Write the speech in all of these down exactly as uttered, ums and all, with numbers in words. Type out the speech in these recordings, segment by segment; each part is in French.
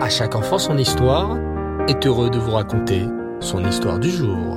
À chaque enfant son histoire est heureux de vous raconter son histoire du jour.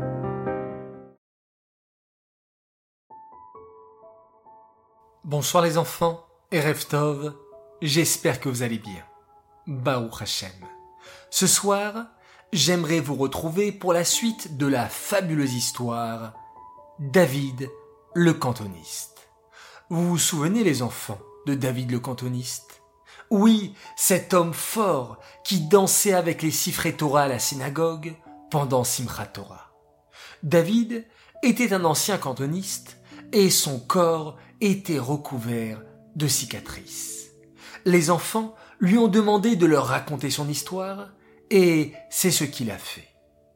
Bonsoir les enfants, Erev Tov, j'espère que vous allez bien. Baruch Hashem. Ce soir, j'aimerais vous retrouver pour la suite de la fabuleuse histoire David le cantoniste. Vous vous souvenez les enfants de David le cantoniste ? Oui, cet homme fort qui dansait avec les sifrei Torah à la synagogue pendant Simchat Torah. David était un ancien cantoniste et son corps était recouvert de cicatrices. Les enfants lui ont demandé de leur raconter son histoire et c'est ce qu'il a fait.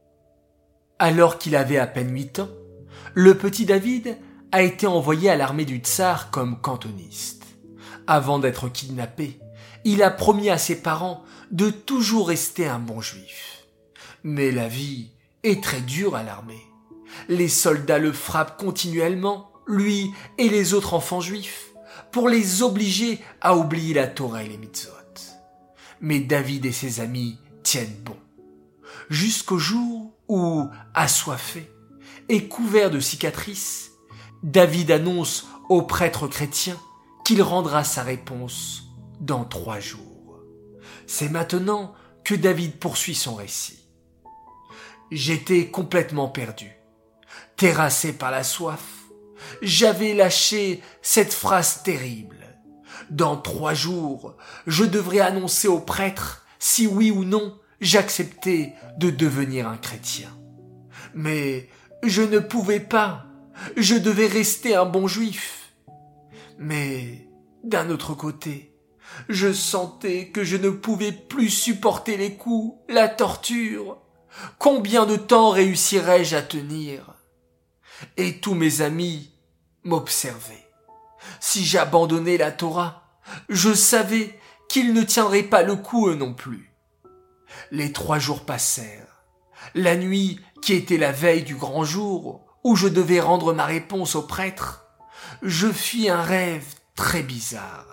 Alors qu'il avait à peine huit ans, le petit David a été envoyé à l'armée du tsar comme cantoniste. Avant d'être kidnappé, il a promis à ses parents de toujours rester un bon juif. Mais la vie est très dure à l'armée. Les soldats le frappent continuellement, lui et les autres enfants juifs, pour les obliger à oublier la Torah et les mitzvot. Mais David et ses amis tiennent bon. Jusqu'au jour où, assoiffé et couvert de cicatrices, David annonce au prêtre chrétien qu'il rendra sa réponse dans trois jours. C'est maintenant que David poursuit son récit. J'étais complètement perdu, terrassé par la soif. J'avais lâché cette phrase terrible. Dans trois jours, je devrais annoncer au prêtre si oui ou non j'acceptais de devenir un chrétien. Mais je ne pouvais pas. Je devais rester un bon juif. Mais d'un autre côté, je sentais que je ne pouvais plus supporter les coups, la torture. Combien de temps réussirais-je à tenir ? Et tous mes amis m'observaient. Si j'abandonnais la Torah, je savais qu'ils ne tiendraient pas le coup eux non plus. Les trois jours passèrent. La nuit, qui était la veille du grand jour, où je devais rendre ma réponse au prêtre, je fis un rêve très bizarre.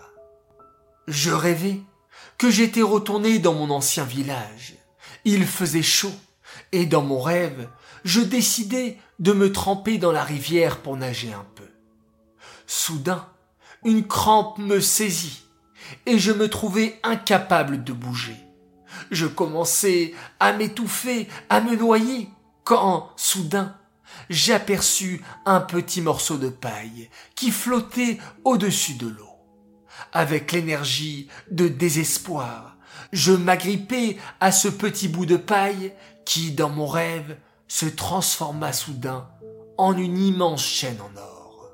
Je rêvais que j'étais retourné dans mon ancien village. Il faisait chaud, et dans mon rêve, je décidai de me tremper dans la rivière pour nager un peu. Soudain, une crampe me saisit, et je me trouvais incapable de bouger. Je commençais à m'étouffer, à me noyer, quand, soudain, j'aperçus un petit morceau de paille qui flottait au-dessus de l'eau. Avec l'énergie de désespoir, je m'agrippais à ce petit bout de paille qui, dans mon rêve, se transforma soudain en une immense chaîne en or.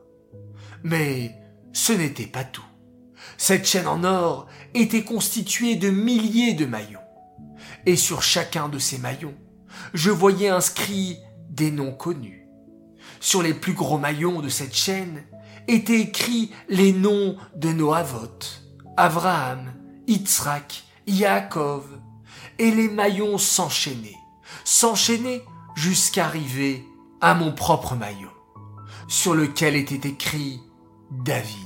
Mais ce n'était pas tout. Cette chaîne en or était constituée de milliers de maillons. Et sur chacun de ces maillons, je voyais inscrits des noms connus. Sur les plus gros maillons de cette chaîne étaient écrits les noms de nos avot, Avraham, Yitzhak, Yaakov, et les maillons s'enchaînaient, s'enchaînaient jusqu'à arriver à mon propre maillon, sur lequel était écrit David.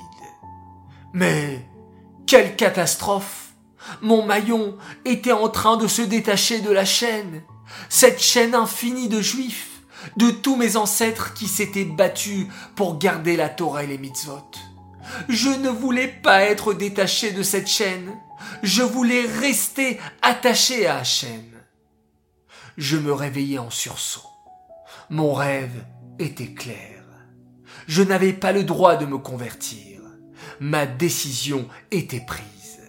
Mais quelle catastrophe! Mon maillon était en train de se détacher de la chaîne, cette chaîne infinie de juifs, de tous mes ancêtres qui s'étaient battus pour garder la Torah et les mitzvot. Je ne voulais pas être détaché de cette chaîne. Je voulais rester attaché à Hachem. Je me réveillais en sursaut. Mon rêve était clair. Je n'avais pas le droit de me convertir. Ma décision était prise.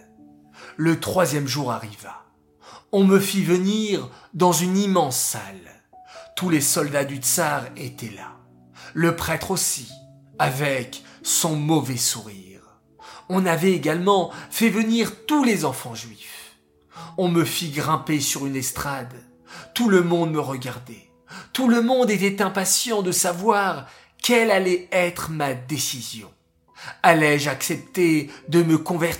Le troisième jour arriva. On me fit venir dans une immense salle. Tous les soldats du tsar étaient là. Le prêtre aussi, avec son mauvais sourire. On avait également fait venir tous les enfants juifs. On me fit grimper sur une estrade. Tout le monde me regardait. Tout le monde était impatient de savoir quelle allait être ma décision. Allais-je accepter de me convertir ?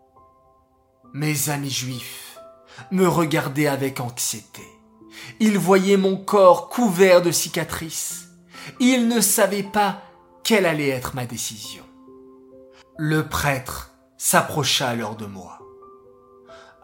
Mes amis juifs me regardaient avec anxiété. Ils voyaient mon corps couvert de cicatrices. Ils ne savaient pas quelle allait être ma décision. Le prêtre s'approcha alors de moi. «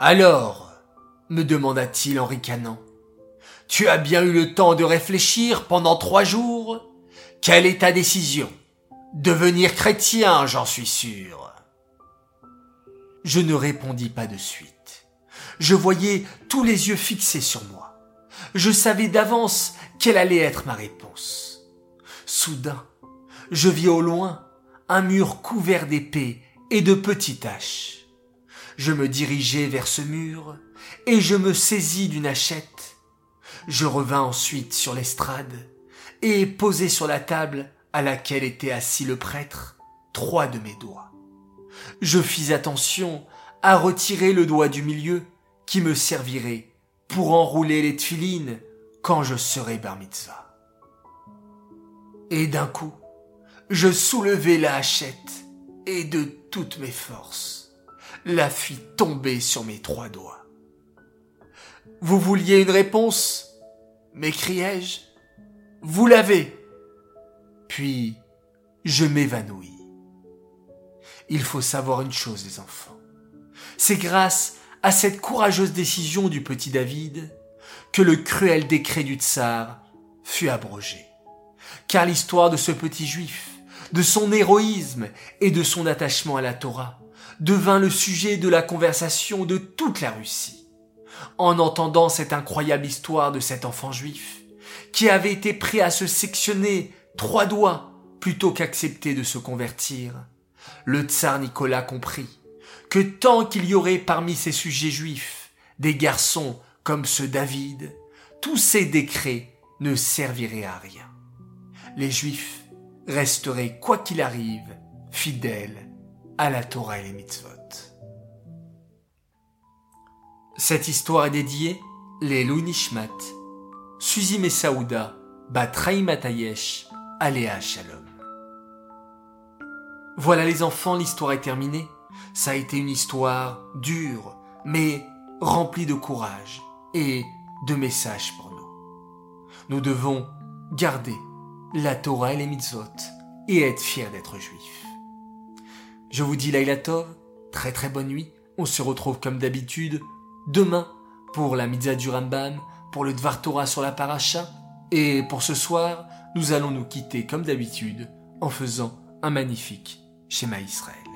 Alors, me demanda-t-il en ricanant, tu as bien eu le temps de réfléchir pendant trois jours? Quelle est ta décision? Devenir chrétien, j'en suis sûr. Je ne répondis pas de suite. Je voyais tous les yeux fixés sur moi. Je savais d'avance quelle allait être ma réponse. Soudain, je vis au loin un mur couvert d'épées et de petites haches. Je me dirigeai vers ce mur et je me saisis d'une hachette. Je revins ensuite sur l'estrade et posai sur la table à laquelle était assis le prêtre trois de mes doigts. Je fis attention à retirer le doigt du milieu qui me servirait pour enrouler les tefilines quand je serai bar mitzvah. Et d'un coup, je soulevai la hachette et de toutes mes forces, la fis tomber sur mes trois doigts. « Vous vouliez une réponse ?» m'écriai-je. « Vous l'avez !» Puis, je m'évanouis. Il faut savoir une chose, les enfants. C'est grâce à cette courageuse décision du petit David que le cruel décret du tsar fut abrogé. Car l'histoire de ce petit juif, de son héroïsme et de son attachement à la Torah devint le sujet de la conversation de toute la Russie. En entendant cette incroyable histoire de cet enfant juif, qui avait été prêt à se sectionner trois doigts plutôt qu'accepter de se convertir, le tsar Nicolas comprit que tant qu'il y aurait parmi ses sujets juifs des garçons comme ce David, tous ces décrets ne serviraient à rien. Les juifs resteraient, quoi qu'il arrive, fidèles à la Torah et les mitzvot. Cette histoire est dédiée Leilou Nishmat, Suzy Messaouda, Bat Chaim Atayesh, Aléa Shalom. Voilà les enfants, l'histoire est terminée. Ça a été une histoire dure, mais remplie de courage et de messages pour nous. Nous devons garder la Torah et les mitzvot et être fiers d'être juifs. Je vous dis Laila Tov, très très bonne nuit. On se retrouve comme d'habitude demain pour la mitzvah du Rambam, pour le Dvar Torah sur la paracha. Et pour ce soir, nous allons nous quitter comme d'habitude en faisant un magnifique Shema Israël.